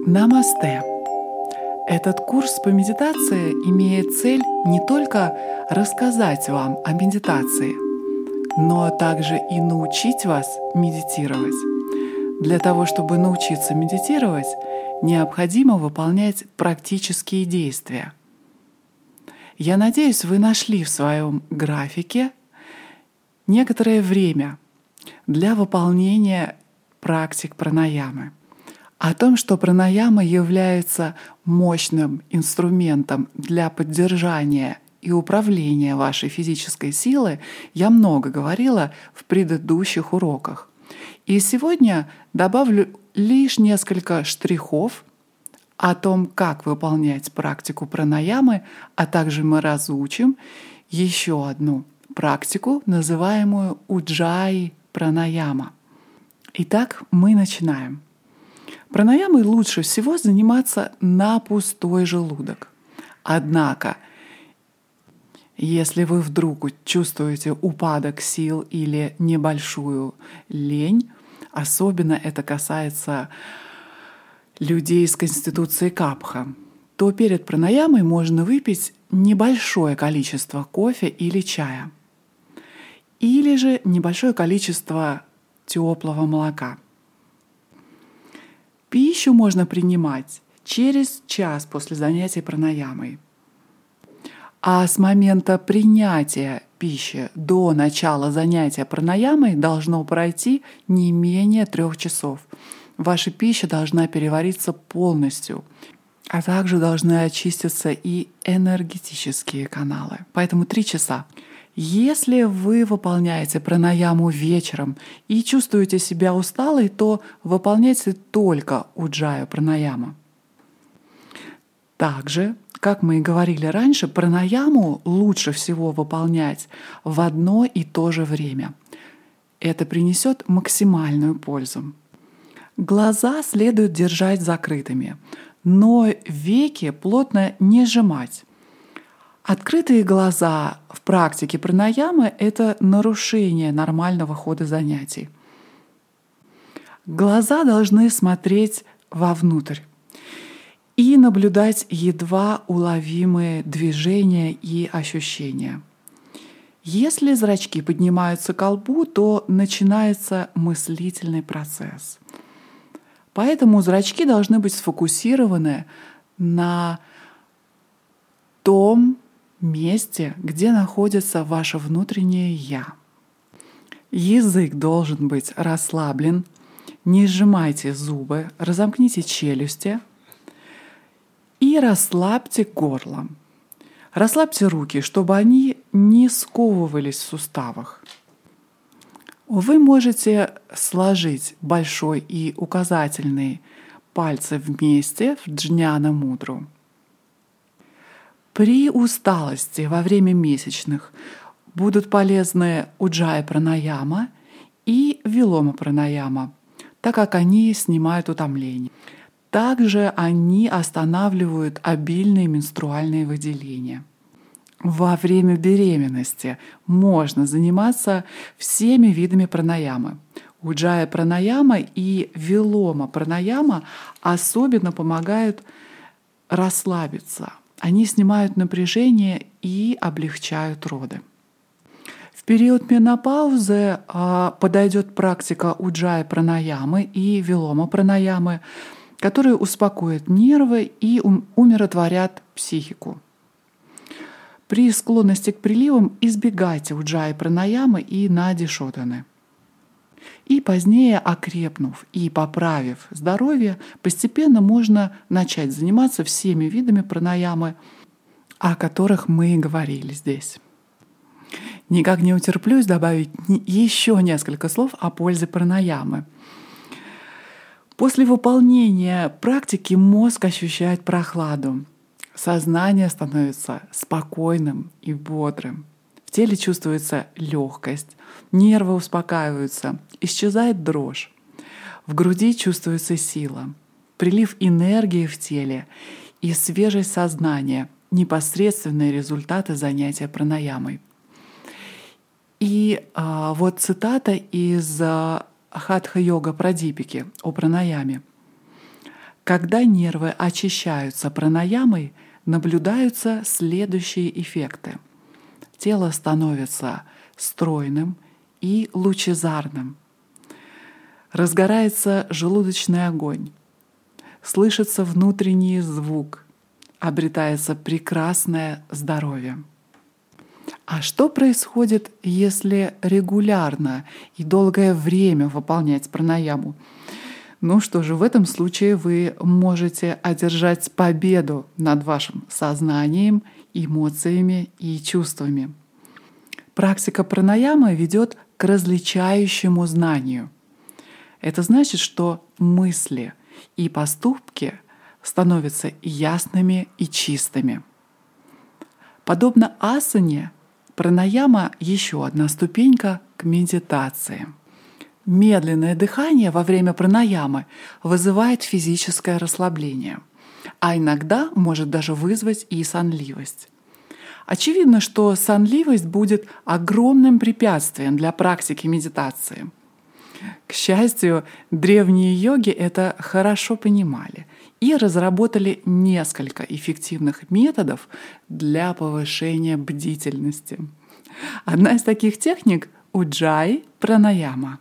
Намасте! Этот курс по медитации имеет цель не только рассказать вам о медитации, но также и научить вас медитировать. Для того, чтобы научиться медитировать, необходимо выполнять практические действия. Я надеюсь, вы нашли в своем графике некоторое время для выполнения практик пранаямы. О том, что пранаяма является мощным инструментом для поддержания и управления вашей физической силы, я много говорила в предыдущих уроках. И сегодня добавлю лишь несколько штрихов о том, как выполнять практику пранаямы, а также мы разучим еще одну практику, называемую уджаи пранаяма. Итак, мы начинаем. Пранаямой лучше всего заниматься на пустой желудок. Однако, если вы вдруг чувствуете упадок сил или небольшую лень, особенно это касается людей с конституцией капха, то перед пранаямой можно выпить небольшое количество кофе или чая, или же небольшое количество теплого молока. Пищу можно принимать через час после занятий пранаямой. А с момента принятия пищи до начала занятия пранаямой должно пройти не менее 3 часов. Ваша пища должна перевариться полностью, а также должны очиститься и энергетические каналы. Поэтому 3 часа. Если вы выполняете пранаяму вечером и чувствуете себя усталой, то выполняйте только уджаю пранаяма. Также, как мы и говорили раньше, пранаяму лучше всего выполнять в одно и то же время. Это принесет максимальную пользу. Глаза следует держать закрытыми, но веки плотно не сжимать. Открытые глаза в практике пранаямы — это нарушение нормального хода занятий. Глаза должны смотреть вовнутрь и наблюдать едва уловимые движения и ощущения. Если зрачки поднимаются к лбу, то начинается мыслительный процесс. Поэтому зрачки должны быть сфокусированы на том месте, где находится ваше внутреннее «я». Язык должен быть расслаблен, не сжимайте зубы, разомкните челюсти и расслабьте горло. Расслабьте руки, чтобы они не сковывались в суставах. Вы можете сложить большой и указательный пальцы вместе в джняна мудру. При усталости во время месячных будут полезны уджая пранаяма и вилома пранаяма, так как они снимают утомление. Также они останавливают обильные менструальные выделения. Во время беременности можно заниматься всеми видами пранаямы. Уджая пранаяма и вилома пранаяма особенно помогают расслабиться. Они снимают напряжение и облегчают роды. В период менопаузы подойдет практика уджая пранаямы и вилома пранаямы, которые успокоят нервы и умиротворят психику. При склонности к приливам избегайте уджая пранаямы и нади шоданы. И позднее, окрепнув и поправив здоровье, постепенно можно начать заниматься всеми видами пранаямы, о которых мы и говорили здесь. Никак не утерплюсь добавить еще несколько слов о пользе пранаямы. После выполнения практики мозг ощущает прохладу, сознание становится спокойным и бодрым. В теле чувствуется легкость, нервы успокаиваются, исчезает дрожь. В груди чувствуется сила, прилив энергии в теле и свежесть сознания — непосредственные результаты занятия пранаямой. И вот цитата из Хатха-йога Прадипики о пранаяме. Когда нервы очищаются пранаямой, наблюдаются следующие эффекты. Тело становится стройным и лучезарным. Разгорается желудочный огонь. Слышится внутренний звук. Обретается прекрасное здоровье. А что происходит, если регулярно и долгое время выполнять пранаяму? Ну что же, в этом случае вы можете одержать победу над вашим сознанием, эмоциями и чувствами. Практика пранаямы ведет к различающему знанию. Это значит, что мысли и поступки становятся ясными и чистыми. Подобно асане, пранаяма — еще одна ступенька к медитации. Медленное дыхание во время пранаямы вызывает физическое расслабление, а иногда может даже вызвать и сонливость. Очевидно, что сонливость будет огромным препятствием для практики медитации. К счастью, древние йоги это хорошо понимали и разработали несколько эффективных методов для повышения бдительности. Одна из таких техник — уджай пранаяма.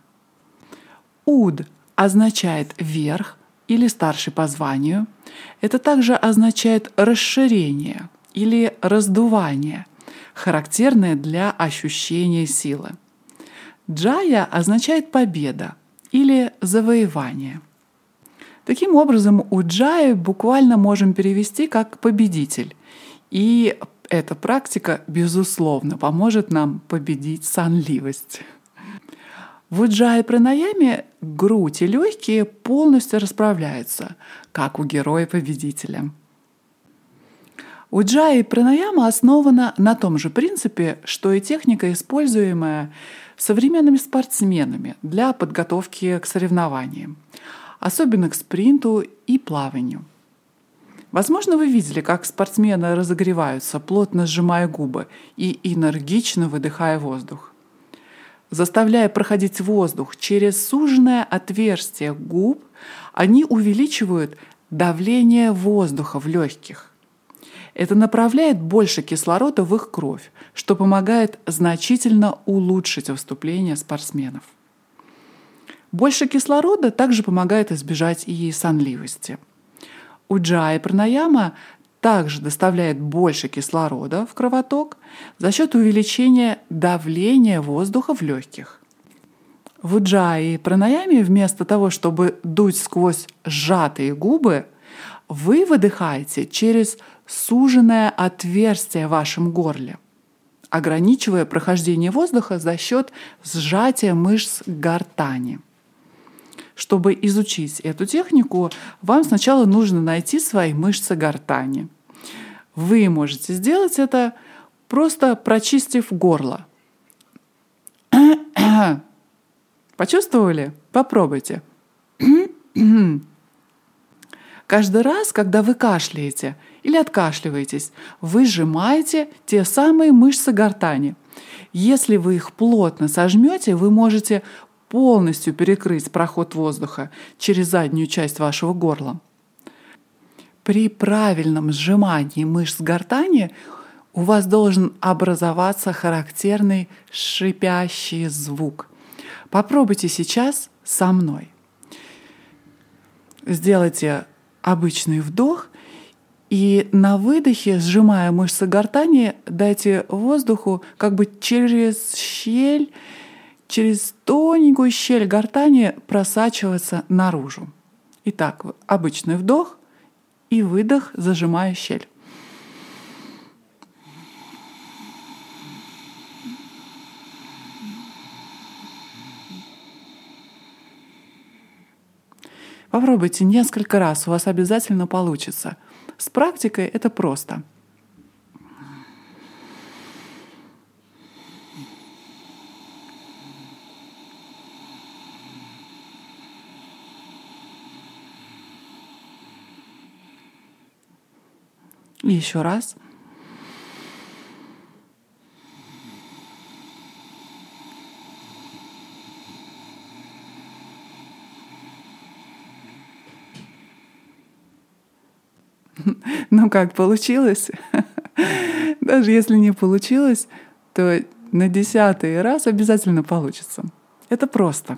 Уд означает «верх» или «старший по званию». Это также означает «расширение» или «раздувание», характерное для ощущения силы. Джая означает «победа» или «завоевание». Таким образом, уджай буквально можем перевести как «победитель». И эта практика, безусловно, поможет нам победить сонливость. В уджай-пранаяме грудь и легкие полностью расправляются, как у героя-победителя. Уджай-пранаяма основана на том же принципе, что и техника, используемая современными спортсменами для подготовки к соревнованиям, особенно к спринту и плаванию. Возможно, вы видели, как спортсмены разогреваются, плотно сжимая губы и энергично выдыхая воздух. Заставляя проходить воздух через суженное отверстие губ, они увеличивают давление воздуха в легких. Это направляет больше кислорода в их кровь, что помогает значительно улучшить выступление спортсменов. Больше кислорода также помогает избежать и сонливости. Уджай пранаяма также доставляет больше кислорода в кровоток за счет увеличения давления воздуха в легких. В уджай пранаяме вместо того, чтобы дуть сквозь сжатые губы, вы выдыхаете через суженное отверстие в вашем горле, ограничивая прохождение воздуха за счет сжатия мышц гортани. Чтобы изучить эту технику, вам сначала нужно найти свои мышцы гортани. Вы можете сделать это, просто прочистив горло. Почувствовали? Попробуйте. Каждый раз, когда вы кашляете или откашливаетесь, вы сжимаете те самые мышцы гортани. Если вы их плотно сожмете, вы можете полностью перекрыть проход воздуха через заднюю часть вашего горла. При правильном сжимании мышц гортани у вас должен образоваться характерный шипящий звук. Попробуйте сейчас со мной. Сделайте обычный вдох и на выдохе, сжимая мышцы гортани, дайте воздуху как бы через щель, через тоненькую щель гортани просачиваться наружу. Итак, обычный вдох и выдох, зажимая щель. Попробуйте несколько раз, у вас обязательно получится. С практикой это просто. И еще раз. Ну как, получилось? Даже если не получилось, то на 10-й раз обязательно получится. Это просто.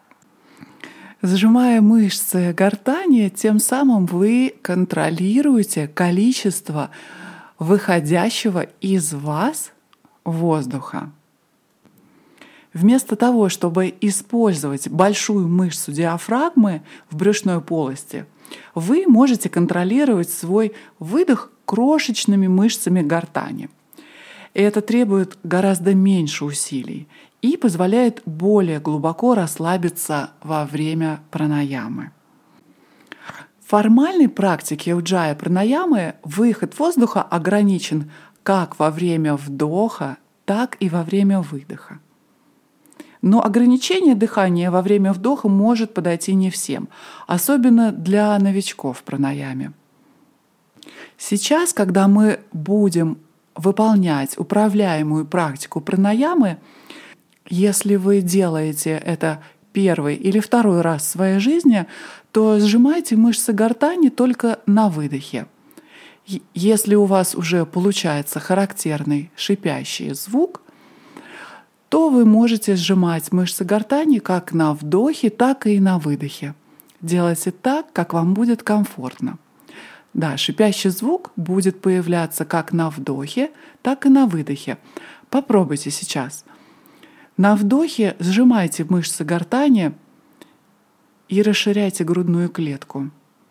Сжимая мышцы гортани, тем самым вы контролируете количество выходящего из вас воздуха. Вместо того, чтобы использовать большую мышцу диафрагмы в брюшной полости, вы можете контролировать свой выдох крошечными мышцами гортани. И это требует гораздо меньше усилий и позволяет более глубоко расслабиться во время пранаямы. В формальной практике уджая пранаямы выход воздуха ограничен как во время вдоха, так и во время выдоха. Но ограничение дыхания во время вдоха может подойти не всем, особенно для новичков в пранаяме. Сейчас, когда мы будем выполнять управляемую практику пранаямы, если вы делаете это первый или второй раз в своей жизни, то сжимайте мышцы гортани только на выдохе. Если у вас уже получается характерный шипящий звук, то вы можете сжимать мышцы гортани как на вдохе, так и на выдохе. Делайте так, как вам будет комфортно. Да, шипящий звук будет появляться как на вдохе, так и на выдохе. Попробуйте сейчас. На вдохе сжимайте мышцы гортани и расширяйте грудную клетку.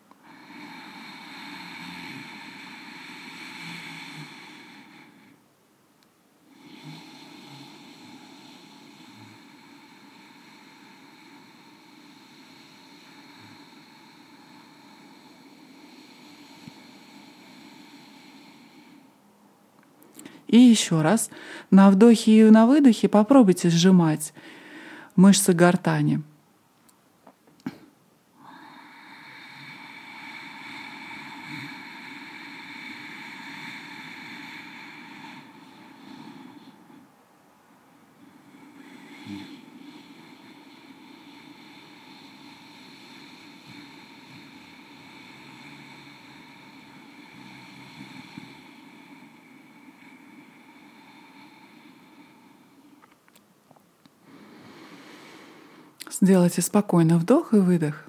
И еще раз, на вдохе и на выдохе попробуйте сжимать мышцы гортани. Сделайте спокойно вдох и выдох.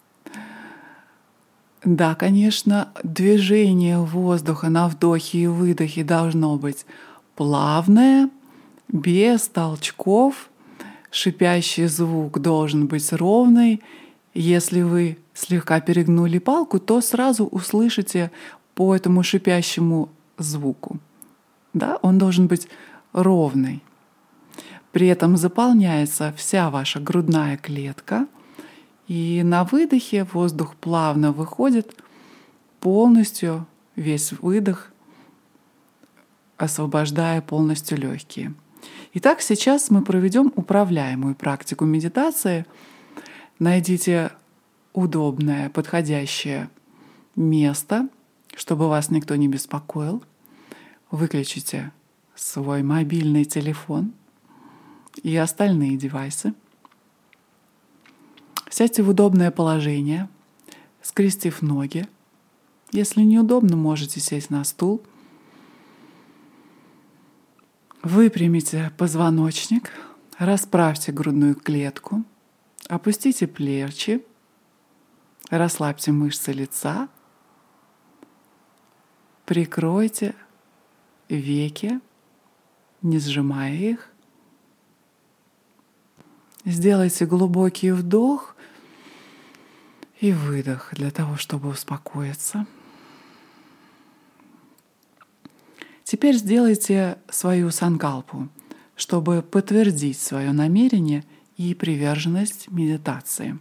Да, конечно, движение воздуха на вдохе и выдохе должно быть плавное, без толчков. Шипящий звук должен быть ровный. Если вы слегка перегнули палку, то сразу услышите по этому шипящему звуку. Да, он должен быть ровный. При этом заполняется вся ваша грудная клетка, и на выдохе воздух плавно выходит, полностью весь выдох, освобождая полностью легкие. Итак, сейчас мы проведем управляемую практику медитации. Найдите удобное, подходящее место, чтобы вас никто не беспокоил. Выключите свой мобильный телефон и остальные девайсы. Сядьте в удобное положение, скрестив ноги. Если неудобно, можете сесть на стул. Выпрямите позвоночник, расправьте грудную клетку, опустите плечи, расслабьте мышцы лица, прикройте веки, не сжимая их. Сделайте глубокий вдох и выдох для того, чтобы успокоиться. Теперь сделайте свою санкалпу, чтобы подтвердить свое намерение и приверженность медитации.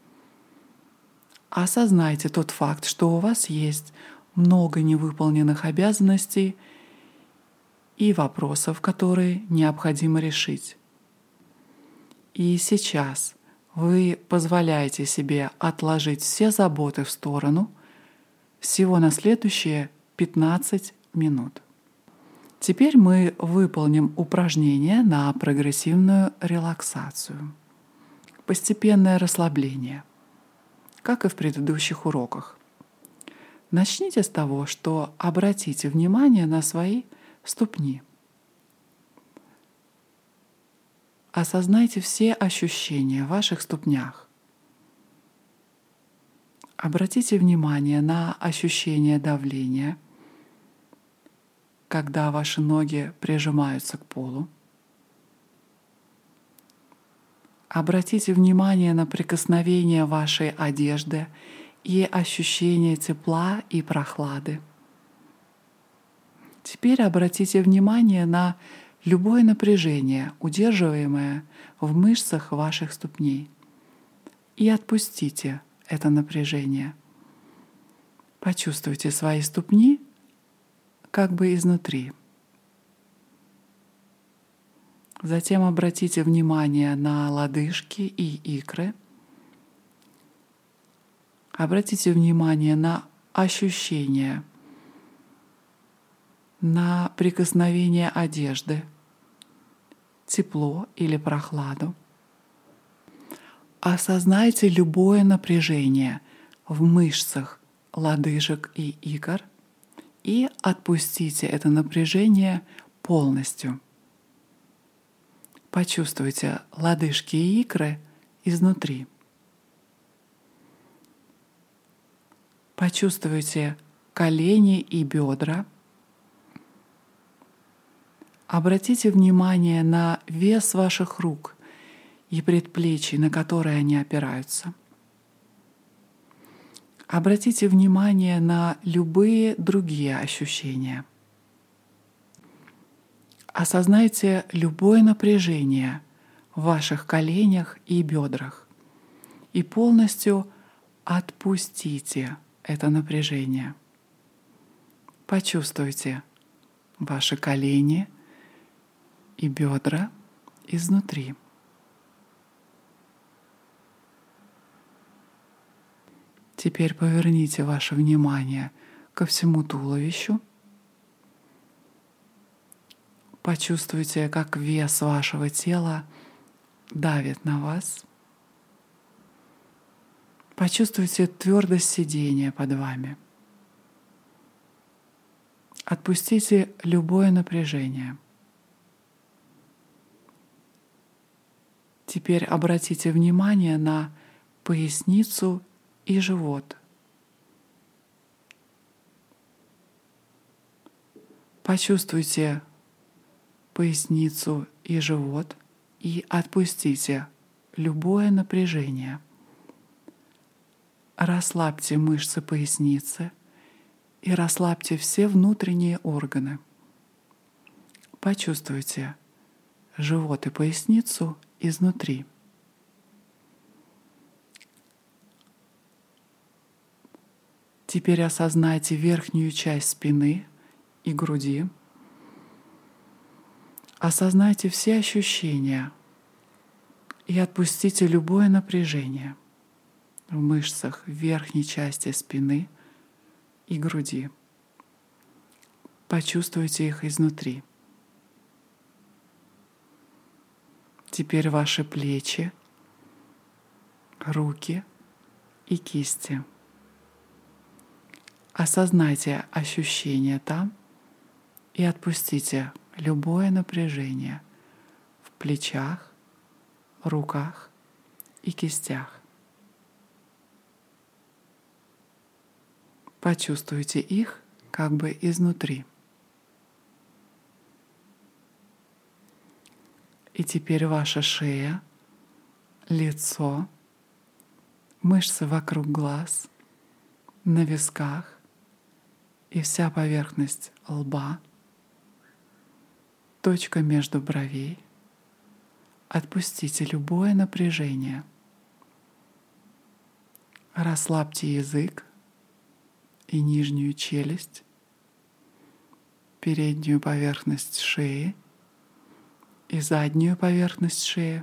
Осознайте тот факт, что у вас есть много невыполненных обязанностей и вопросов, которые необходимо решить. И сейчас вы позволяете себе отложить все заботы в сторону всего на следующие 15 минут. Теперь мы выполним упражнение на прогрессивную релаксацию. Постепенное расслабление, как и в предыдущих уроках. Начните с того, что обратите внимание на свои ступни. Осознайте все ощущения в ваших ступнях. Обратите внимание на ощущение давления, когда ваши ноги прижимаются к полу. Обратите внимание на прикосновение вашей одежды и ощущение тепла и прохлады. Теперь обратите внимание на любое напряжение, удерживаемое в мышцах ваших ступней, и отпустите это напряжение. Почувствуйте свои ступни как бы изнутри. Затем обратите внимание на лодыжки и икры. Обратите внимание на ощущения, на прикосновение одежды, тепло или прохладу. Осознайте любое напряжение в мышцах лодыжек и икр и отпустите это напряжение полностью. Почувствуйте лодыжки и икры изнутри. Почувствуйте колени и бедра. Обратите внимание на вес ваших рук и предплечий, на которые они опираются. Обратите внимание на любые другие ощущения. Осознайте любое напряжение в ваших коленях и бедрах и полностью отпустите это напряжение. Почувствуйте ваши колени и бедра изнутри. Теперь поверните ваше внимание ко всему туловищу. Почувствуйте, как вес вашего тела давит на вас. Почувствуйте твердость сидения под вами. Отпустите любое напряжение. Теперь обратите внимание на поясницу и живот. Почувствуйте поясницу и живот и отпустите любое напряжение. Расслабьте мышцы поясницы и расслабьте все внутренние органы. Почувствуйте живот и поясницу изнутри. Теперь осознайте верхнюю часть спины и груди. Осознайте все ощущения и отпустите любое напряжение в мышцах верхней части спины и груди. Почувствуйте их изнутри. Теперь ваши плечи, руки и кисти. Осознайте ощущения там и отпустите любое напряжение в плечах, руках и кистях. Почувствуйте их как бы изнутри. И теперь ваша шея, лицо, мышцы вокруг глаз, на висках и вся поверхность лба, точка между бровей. Отпустите любое напряжение. Расслабьте язык и нижнюю челюсть, переднюю поверхность шеи и заднюю поверхность шеи.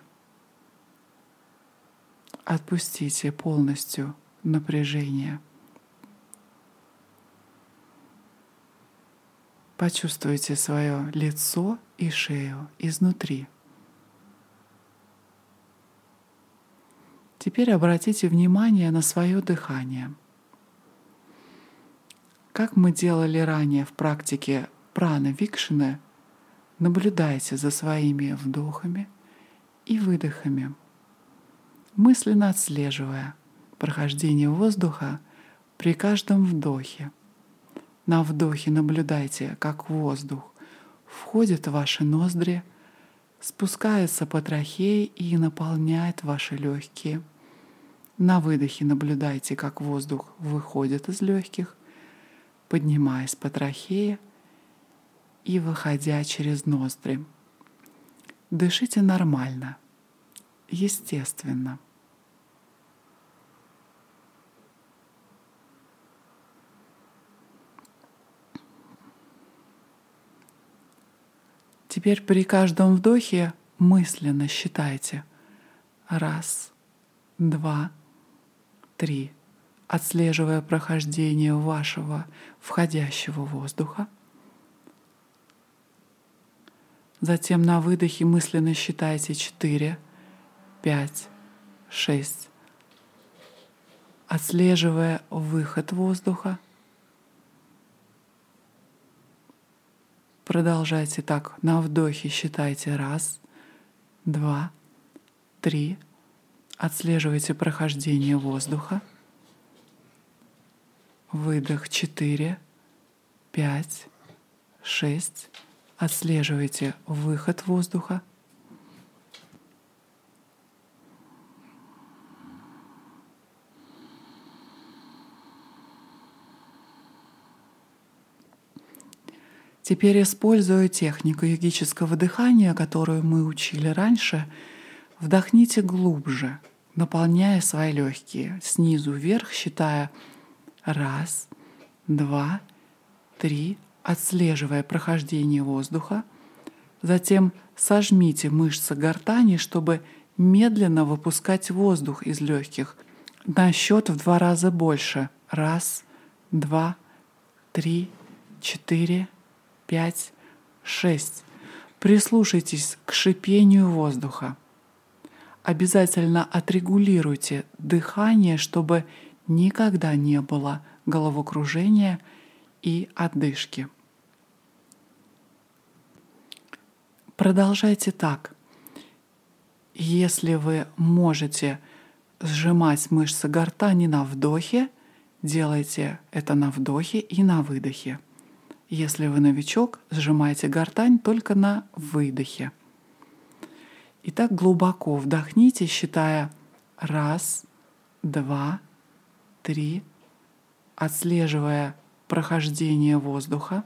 Отпустите полностью напряжение. Почувствуйте свое лицо и шею изнутри. Теперь обратите внимание на свое дыхание. Как мы делали ранее в практике прана-викшаны, наблюдайте за своими вдохами и выдохами, мысленно отслеживая прохождение воздуха при каждом вдохе. На вдохе наблюдайте, как воздух входит в ваши ноздри, спускается по трахее и наполняет ваши легкие. На выдохе наблюдайте, как воздух выходит из легких, поднимаясь по трахее и выходя через ноздри. Дышите нормально, естественно. Теперь при каждом вдохе мысленно считайте 1, 2, 3, отслеживая прохождение вашего входящего воздуха. Затем на выдохе мысленно считайте 4, 5, 6, отслеживая выход воздуха. Продолжайте так. На вдохе считайте 1, 2, 3. Отслеживайте прохождение воздуха. Выдох 4, 5, 6. Отслеживайте выход воздуха. Теперь, используя технику йогического дыхания, которую мы учили раньше, вдохните глубже, наполняя свои легкие снизу вверх, считая 1, 2, 3, отслеживая прохождение воздуха. Затем сожмите мышцы гортани, чтобы медленно выпускать воздух из легких на счет в 2 раза больше. 1, 2, 3, 4, 5, 6. Прислушайтесь к шипению воздуха. Обязательно отрегулируйте дыхание, чтобы никогда не было головокружения и одышки. Продолжайте так. Если вы можете сжимать мышцы гортани на вдохе, делайте это на вдохе и на выдохе. Если вы новичок, сжимайте гортань только на выдохе. Итак, глубоко вдохните, считая 1, 2, 3, отслеживая прохождение воздуха.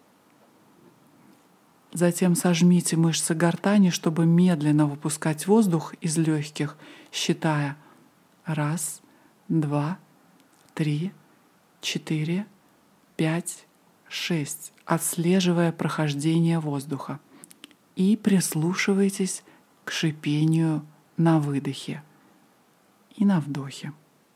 Затем сожмите мышцы гортани, чтобы медленно выпускать воздух из легких, считая 1, 2, 3, 4, 5, 6, отслеживая прохождение воздуха. И прислушивайтесь к шипению на выдохе и на вдохе.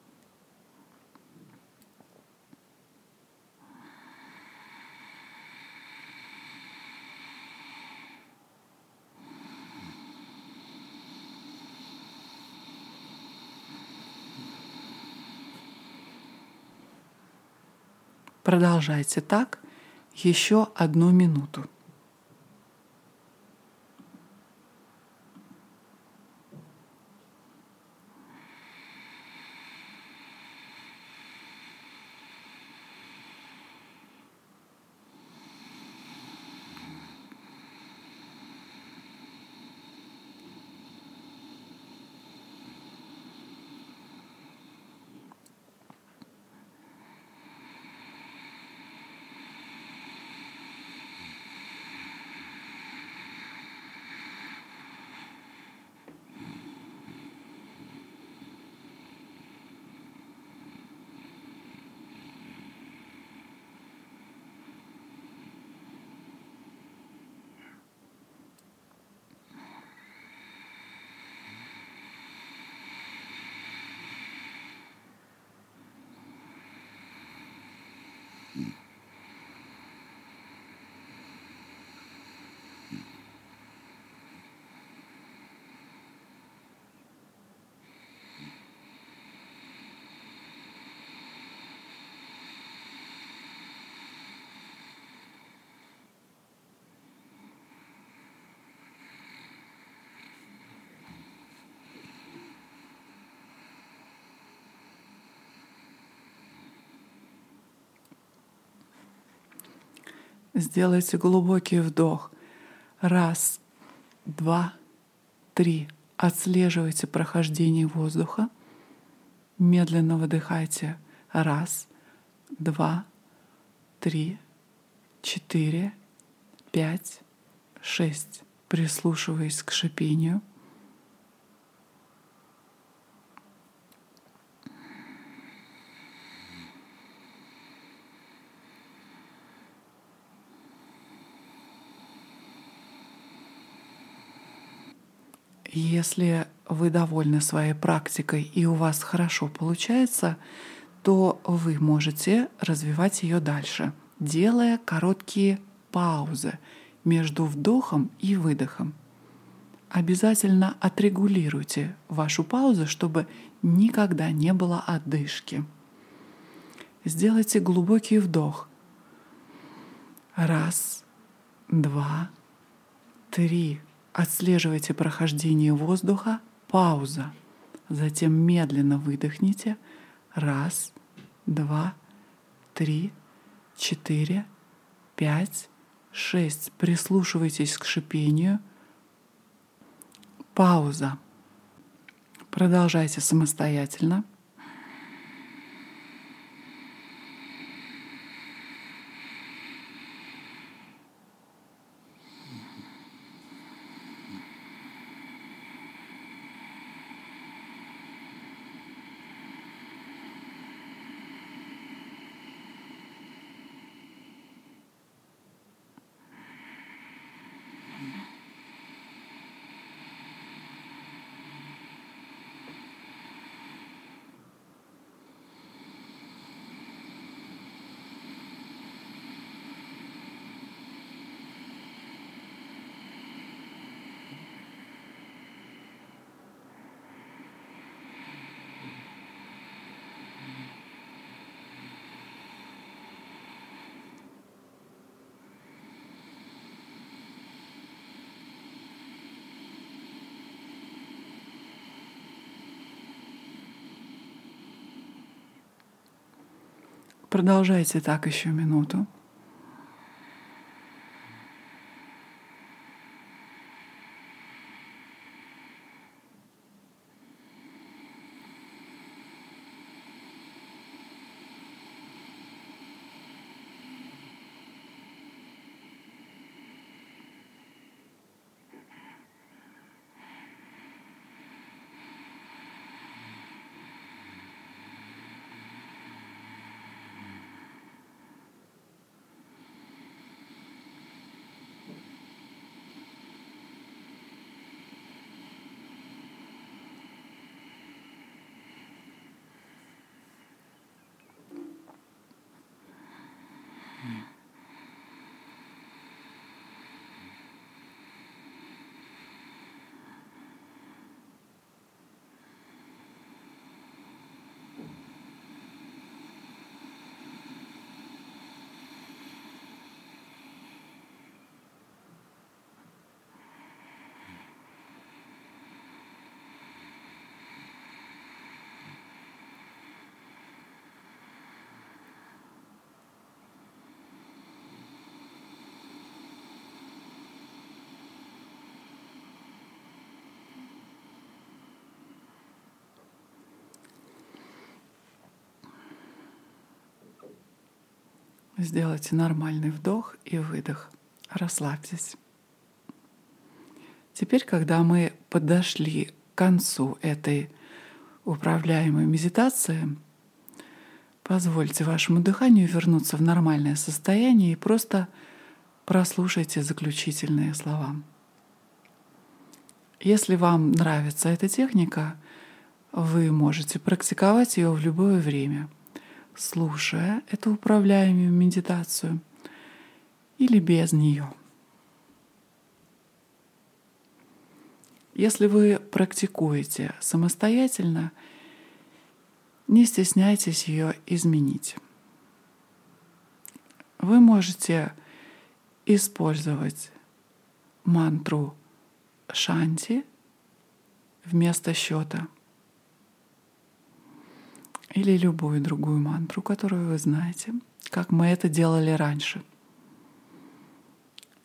Продолжайте так еще 1 минуту. Сделайте глубокий вдох. 1, 2, 3. Отслеживайте прохождение воздуха. Медленно выдыхайте. 1, 2, 3, 4, 5, 6. Прислушиваясь к шипению. Если вы довольны своей практикой и у вас хорошо получается, то вы можете развивать ее дальше, делая короткие паузы между вдохом и выдохом. Обязательно отрегулируйте вашу паузу, чтобы никогда не было отдышки. Сделайте глубокий вдох. 1, 2, 3. Отслеживайте прохождение воздуха. Пауза. Затем медленно выдохните. 1, 2, 3, 4, 5, 6. Прислушивайтесь к шипению. Пауза. Продолжайте самостоятельно. Продолжайте так еще минуту. Сделайте нормальный вдох и выдох. Расслабьтесь. Теперь, когда мы подошли к концу этой управляемой медитации, позвольте вашему дыханию вернуться в нормальное состояние и просто прослушайте заключительные слова. Если вам нравится эта техника, вы можете практиковать ее в любое время, слушая эту управляемую медитацию или без нее. Если вы практикуете самостоятельно, не стесняйтесь ее изменить. Вы можете использовать мантру Шанти вместо счета или любую другую мантру, которую вы знаете, как мы это делали раньше.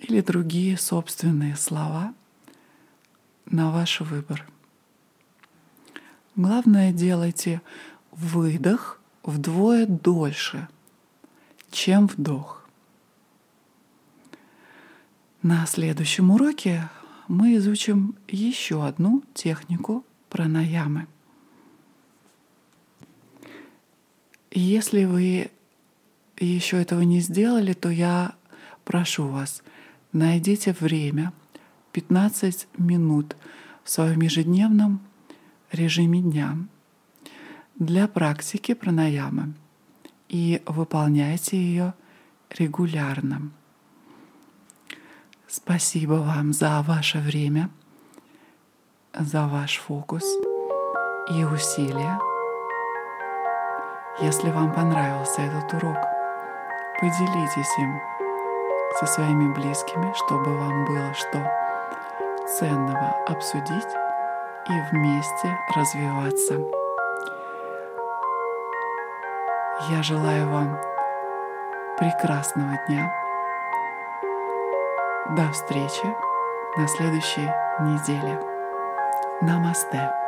или другие собственные слова на ваш выбор. Главное, делайте выдох вдвое дольше, чем вдох. На следующем уроке мы изучим еще одну технику пранаямы. Если вы еще этого не сделали, то я прошу вас, найдите время, 15 минут в своем ежедневном режиме дня для практики пранаямы и выполняйте ее регулярно. Спасибо вам за ваше время, за ваш фокус и усилия. Если вам понравился этот урок, поделитесь им со своими близкими, чтобы вам было что ценного обсудить и вместе развиваться. Я желаю вам прекрасного дня. До встречи на следующей неделе. Намасте.